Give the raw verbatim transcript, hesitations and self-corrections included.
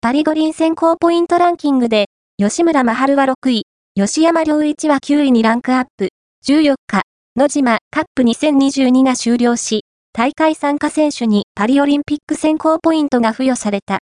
パリ五輪選考ポイントランキングで、吉村真晴はろくい、吉山良一はきゅういにランクアップ。じゅうよっか、野島カップにせんにじゅうにが終了し、大会参加選手にパリオリンピック選考ポイントが付与された。